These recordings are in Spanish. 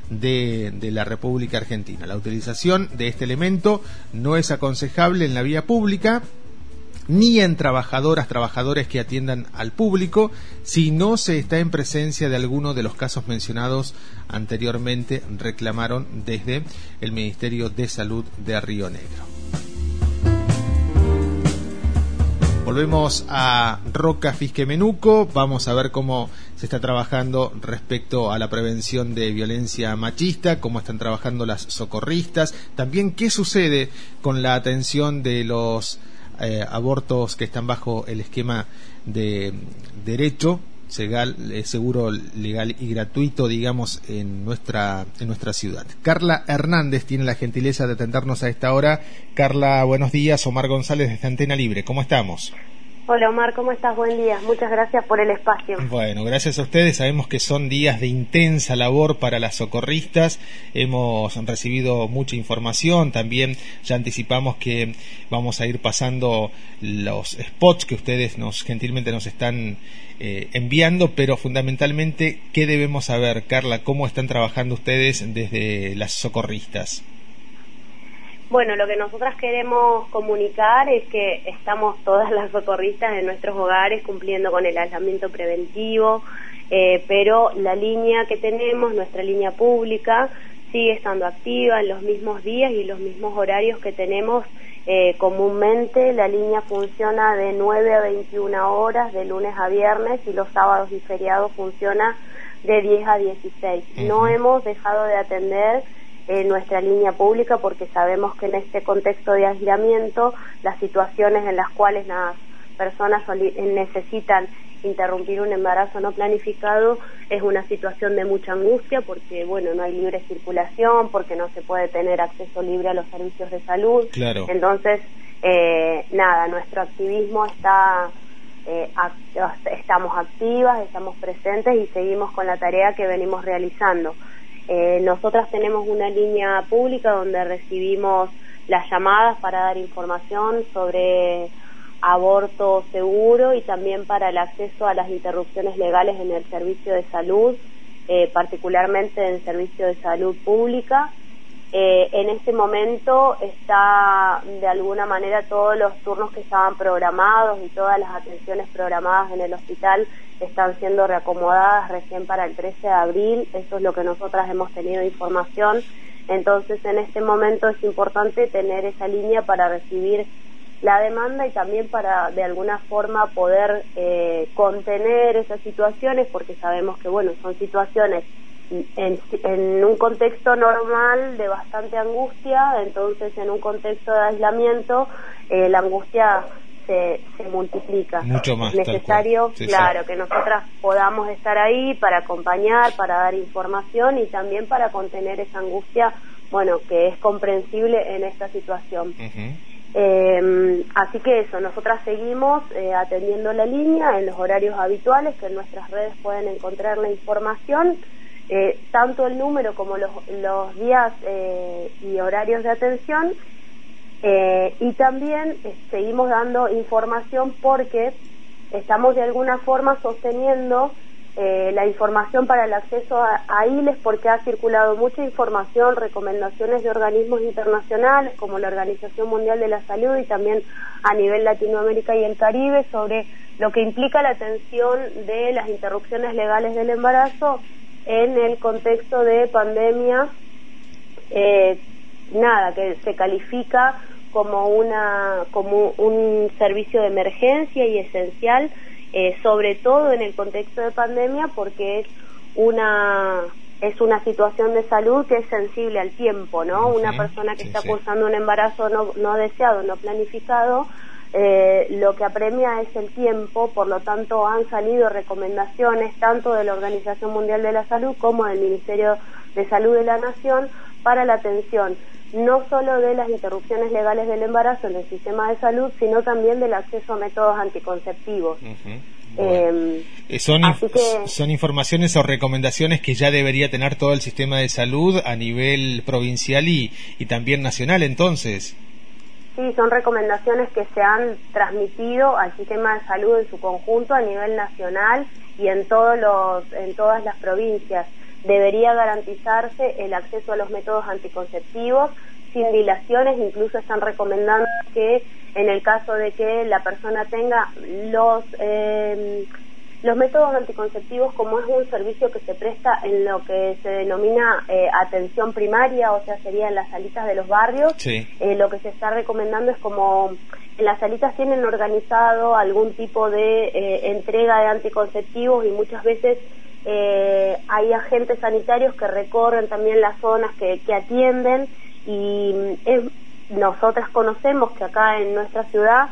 de la República Argentina. La utilización de este elemento no es aconsejable en la vía pública ni en trabajadores que atiendan al público, si no se está en presencia de alguno de los casos mencionados anteriormente, reclamaron desde el Ministerio de Salud de Río Negro. Volvemos a Roca Fisquemenuco, vamos a ver cómo se está trabajando respecto a la prevención de violencia machista, cómo están trabajando las socorristas, también qué sucede con la atención de los abortos que están bajo el esquema de derecho seguro, legal y gratuito, digamos, en nuestra ciudad. Carla Hernández tiene la gentileza de atendernos a esta hora. Carla, buenos días. Omar González desde Antena Libre. ¿Cómo estamos? Hola Omar, ¿cómo estás? Buen día. Muchas gracias por el espacio. Bueno, gracias a ustedes. Sabemos que son días de intensa labor para las socorristas. Hemos recibido mucha información. También ya anticipamos que vamos a ir pasando los spots que ustedes gentilmente nos están enviando, pero fundamentalmente, ¿qué debemos saber, Carla? ¿Cómo están trabajando ustedes desde las socorristas? Bueno, lo que nosotras queremos comunicar es que estamos todas las socorristas en nuestros hogares cumpliendo con el aislamiento preventivo, pero la línea que tenemos, nuestra línea pública, sigue estando activa en los mismos días y los mismos horarios que tenemos comúnmente. La línea funciona de 9 a 21 horas, de lunes a viernes, y los sábados y feriados funciona de 10 a 16. No hemos dejado de atender nuestra línea pública porque sabemos que en este contexto de aislamiento, las situaciones en las cuales las personas necesitan interrumpir un embarazo no planificado es una situación de mucha angustia porque, bueno, no hay libre circulación, porque no se puede tener acceso libre a los servicios de salud. Claro. Entonces, nuestro activismo está... estamos activas, estamos presentes y seguimos con la tarea que venimos realizando. Nosotras tenemos una línea pública donde recibimos las llamadas para dar información sobre aborto seguro y también para el acceso a las interrupciones legales en el servicio de salud, particularmente en el servicio de salud pública. En este momento está de alguna manera todos los turnos que estaban programados y todas las atenciones programadas en el hospital están siendo reacomodadas recién para el 13 de abril, eso es lo que nosotras hemos tenido información. Entonces en este momento es importante tener esa línea para recibir la demanda y también para de alguna forma poder contener esas situaciones, porque sabemos que, bueno, son situaciones en un contexto normal de bastante angustia. Entonces en un contexto de aislamiento la angustia se multiplica. Mucho más. Es necesario, sí, claro, que nosotras podamos estar ahí para acompañar, para dar información y también para contener esa angustia, bueno, que es comprensible en esta situación. Así que eso, nosotras seguimos atendiendo la línea en los horarios habituales, que en nuestras redes pueden encontrar la información, tanto el número como los días y horarios de atención. Y también seguimos dando información porque estamos de alguna forma sosteniendo la información para el acceso a ILES, porque ha circulado mucha información, recomendaciones de organismos internacionales como la Organización Mundial de la Salud y también a nivel Latinoamérica y el Caribe sobre lo que implica la atención de las interrupciones legales del embarazo en el contexto de pandemia, que se califica como un servicio de emergencia y esencial, sobre todo en el contexto de pandemia, porque es una situación de salud que es sensible al tiempo, ¿no? Una persona que está cursando un embarazo no deseado, no planificado, lo que apremia es el tiempo. Por lo tanto han salido recomendaciones tanto de la Organización Mundial de la Salud como del Ministerio de Salud de la Nación para la atención no solo de las interrupciones legales del embarazo en el sistema de salud, sino también del acceso a métodos anticonceptivos. Bueno. Son informaciones o recomendaciones que ya debería tener todo el sistema de salud a nivel provincial y también nacional, entonces. Sí, son recomendaciones que se han transmitido al sistema de salud en su conjunto a nivel nacional y en todas las provincias. debería garantizarse el acceso a los métodos anticonceptivos sin dilaciones. Incluso están recomendando que en el caso de que la persona tenga los métodos anticonceptivos, como es un servicio que se presta en lo que se denomina atención primaria, o sea, sería en las salitas de los barrios, sí. Lo que se está recomendando es como en las salitas tienen organizado algún tipo de entrega de anticonceptivos, y muchas veces hay agentes sanitarios que recorren también las zonas que atienden, y nosotras conocemos que acá en nuestra ciudad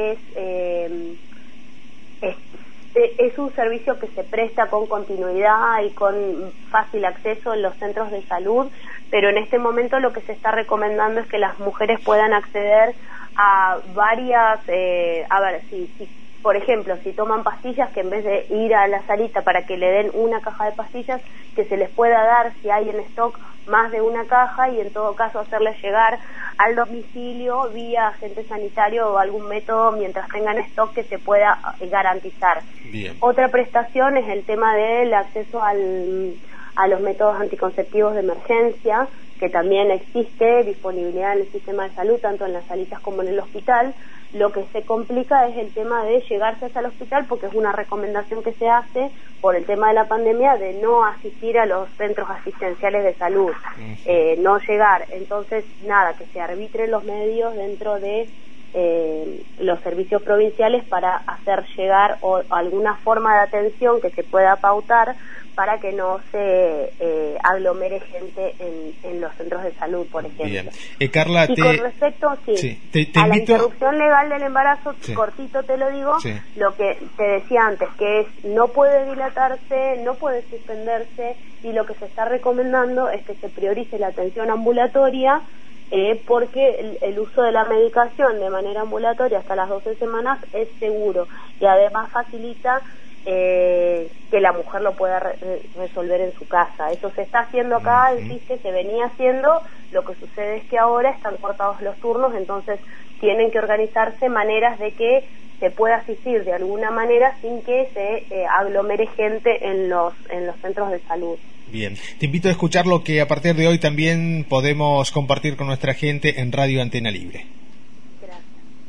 es un servicio que se presta con continuidad y con fácil acceso en los centros de salud, pero en este momento lo que se está recomendando es que las mujeres puedan acceder a varias, por ejemplo, si toman pastillas, que en vez de ir a la salita para que le den una caja de pastillas, que se les pueda dar, si hay en stock, más de una caja, y en todo caso hacerles llegar al domicilio vía agente sanitario o algún método mientras tengan stock que se pueda garantizar. Bien. Otra prestación es el tema del acceso a los métodos anticonceptivos de emergencia, que también existe disponibilidad en el sistema de salud, tanto en las salitas como en el hospital. Lo que se complica es el tema de llegarse hasta el hospital, porque es una recomendación que se hace por el tema de la pandemia de no asistir a los centros asistenciales de salud, no llegar. Entonces, nada, que se arbitren los medios dentro de los servicios provinciales para hacer llegar alguna forma de atención que se pueda pautar para que no se aglomere gente en los centros de salud, por ejemplo. Bien. Carla, con respecto te a la interrupción legal del embarazo, cortito te lo digo, lo que te decía antes, que es no puede dilatarse, no puede suspenderse, y lo que se está recomendando es que se priorice la atención ambulatoria, porque el uso de la medicación de manera ambulatoria hasta las 12 semanas es seguro, y además facilita que la mujer lo pueda resolver en su casa. Eso se está haciendo acá, existe, se venía haciendo. Lo que sucede es que ahora están cortados los turnos, entonces tienen que organizarse maneras de que se pueda asistir de alguna manera sin que se aglomere gente en los centros de salud. Bien, te invito a escuchar lo que a partir de hoy también podemos compartir con nuestra gente en Radio Antena Libre. Gracias.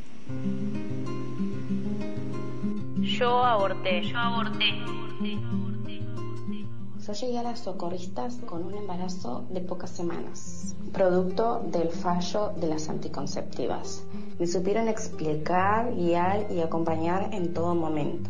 Yo aborté. Yo llegué a las socorristas con un embarazo de pocas semanas, producto del fallo de las anticonceptivas. Me supieron explicar, guiar y acompañar en todo momento.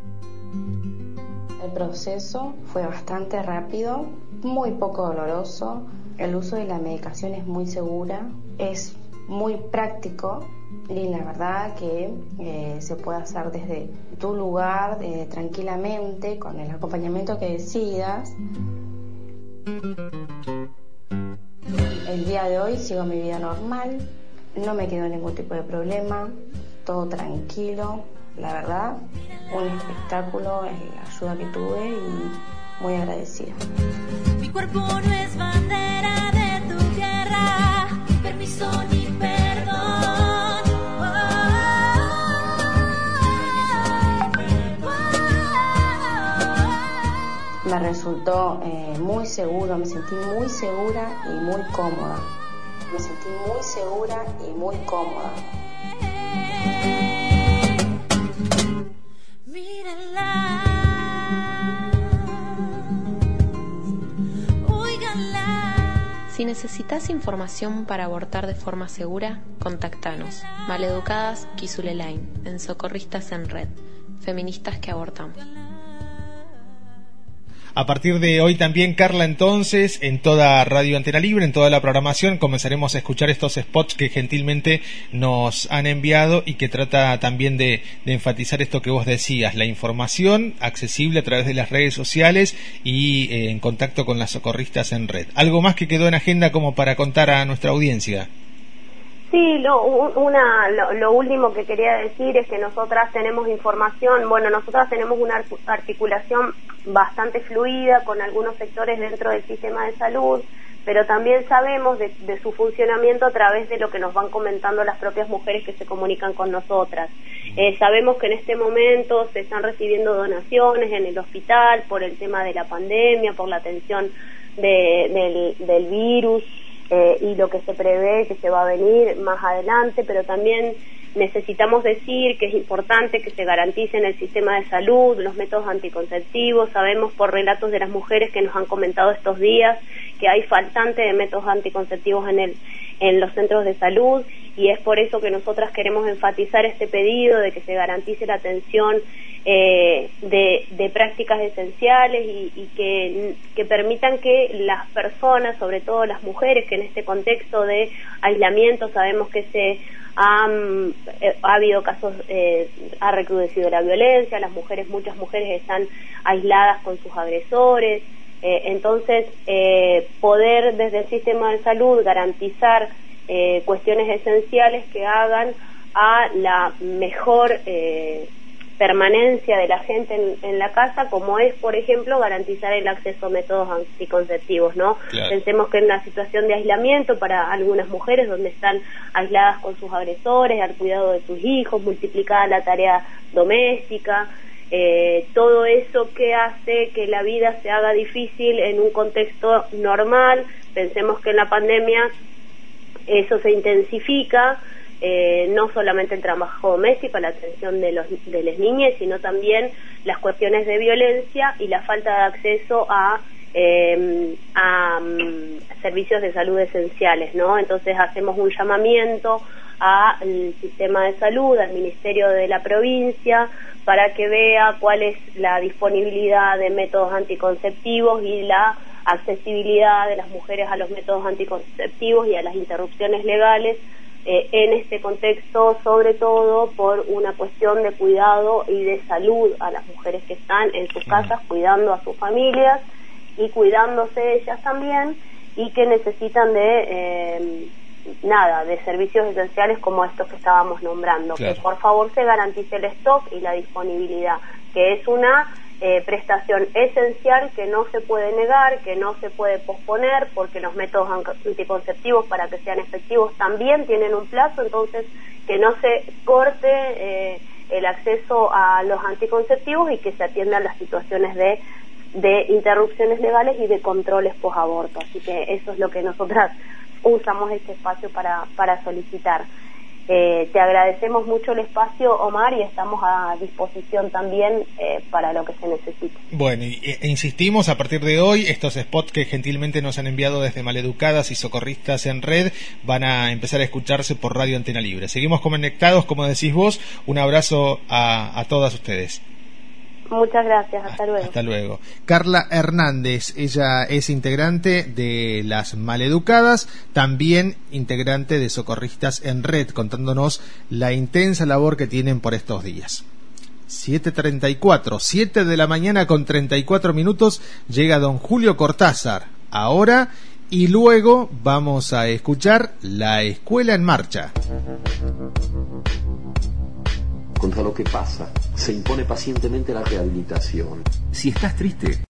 El proceso fue bastante rápido, muy poco doloroso. El uso de la medicación es muy segura, es muy práctico, y la verdad que se puede hacer desde tu lugar tranquilamente, con el acompañamiento que decidas. El día de hoy sigo mi vida normal, no me quedó ningún tipo de problema, todo tranquilo. La verdad, un espectáculo la ayuda que tuve, y muy agradecida. Mi cuerpo no es bandera de tu tierra, permiso ni perdón. Me resultó muy seguro, me sentí muy segura y muy cómoda. Si necesitas información para abortar de forma segura, contactanos. Maleducadas Kizulelain, en Socorristas en Red. Feministas que abortamos. A partir de hoy también, Carla, entonces, en toda Radio Antena Libre, en toda la programación, comenzaremos a escuchar estos spots que gentilmente nos han enviado y que trata también de enfatizar esto que vos decías, la información accesible a través de las redes sociales y en contacto con las socorristas en red. ¿Algo más que quedó en agenda como para contar a nuestra audiencia? Sí, lo último que quería decir es que nosotras tenemos información, nosotras tenemos una articulación bastante fluida con algunos sectores dentro del sistema de salud, pero también sabemos de su funcionamiento a través de lo que nos van comentando las propias mujeres que se comunican con nosotras. Sabemos que en este momento se están recibiendo donaciones en el hospital por el tema de la pandemia, por la atención del virus y lo que se prevé que se va a venir más adelante, pero también necesitamos decir que es importante que se garantice en el sistema de salud los métodos anticonceptivos. Sabemos por relatos de las mujeres que nos han comentado estos días que hay faltante de métodos anticonceptivos en los centros de salud, y es por eso que nosotras queremos enfatizar este pedido de que se garantice la atención de prácticas esenciales y que permitan que las personas, sobre todo las mujeres, que en este contexto de aislamiento sabemos que ha habido casos, ha recrudecido la violencia, muchas mujeres están aisladas con sus agresores, entonces poder desde el sistema de salud garantizar cuestiones esenciales que hagan a la mejor permanencia de la gente en la casa, como es, por ejemplo, garantizar el acceso a métodos anticonceptivos, ¿no? Claro. Pensemos que en una situación de aislamiento para algunas mujeres donde están aisladas con sus agresores, al cuidado de sus hijos, multiplicada la tarea doméstica, todo eso que hace que la vida se haga difícil en un contexto normal. Pensemos que en la pandemia eso se intensifica, no solamente el trabajo doméstico, la atención de las niñas, sino también las cuestiones de violencia y la falta de acceso a servicios de salud esenciales, ¿no? Entonces hacemos un llamamiento al sistema de salud, al Ministerio de la provincia, para que vea cuál es la disponibilidad de métodos anticonceptivos y la accesibilidad de las mujeres a los métodos anticonceptivos y a las interrupciones legales, en este contexto, sobre todo por una cuestión de cuidado y de salud a las mujeres que están en sus casas, cuidando a sus familias y cuidándose ellas también, y que necesitan de servicios esenciales como estos que estábamos nombrando. Claro. Que por favor se garantice el stock y la disponibilidad, que es una prestación esencial que no se puede negar, que no se puede posponer, porque los métodos anticonceptivos, para que sean efectivos, también tienen un plazo. Entonces que no se corte el acceso a los anticonceptivos y que se atiendan las situaciones de interrupciones legales y de controles posaborto. Así que eso es lo que nosotras usamos este espacio para solicitar. Te agradecemos mucho el espacio, Omar, y estamos a disposición también para lo que se necesite. Bueno, e insistimos, a partir de hoy, estos spots que gentilmente nos han enviado desde Maleducadas y Socorristas en Red van a empezar a escucharse por Radio Antena Libre. Seguimos conectados, como decís vos. Un abrazo a todas ustedes. Muchas gracias, hasta luego. Hasta luego. Carla Hernández, ella es integrante de las Maleducadas, también integrante de Socorristas en Red, contándonos la intensa labor que tienen por estos días. 7:34, 7 de la mañana con 34 minutos, llega don Julio Cortázar, ahora, y luego vamos a escuchar La Escuela en Marcha. Contra lo que pasa, se impone pacientemente la rehabilitación. Si estás triste,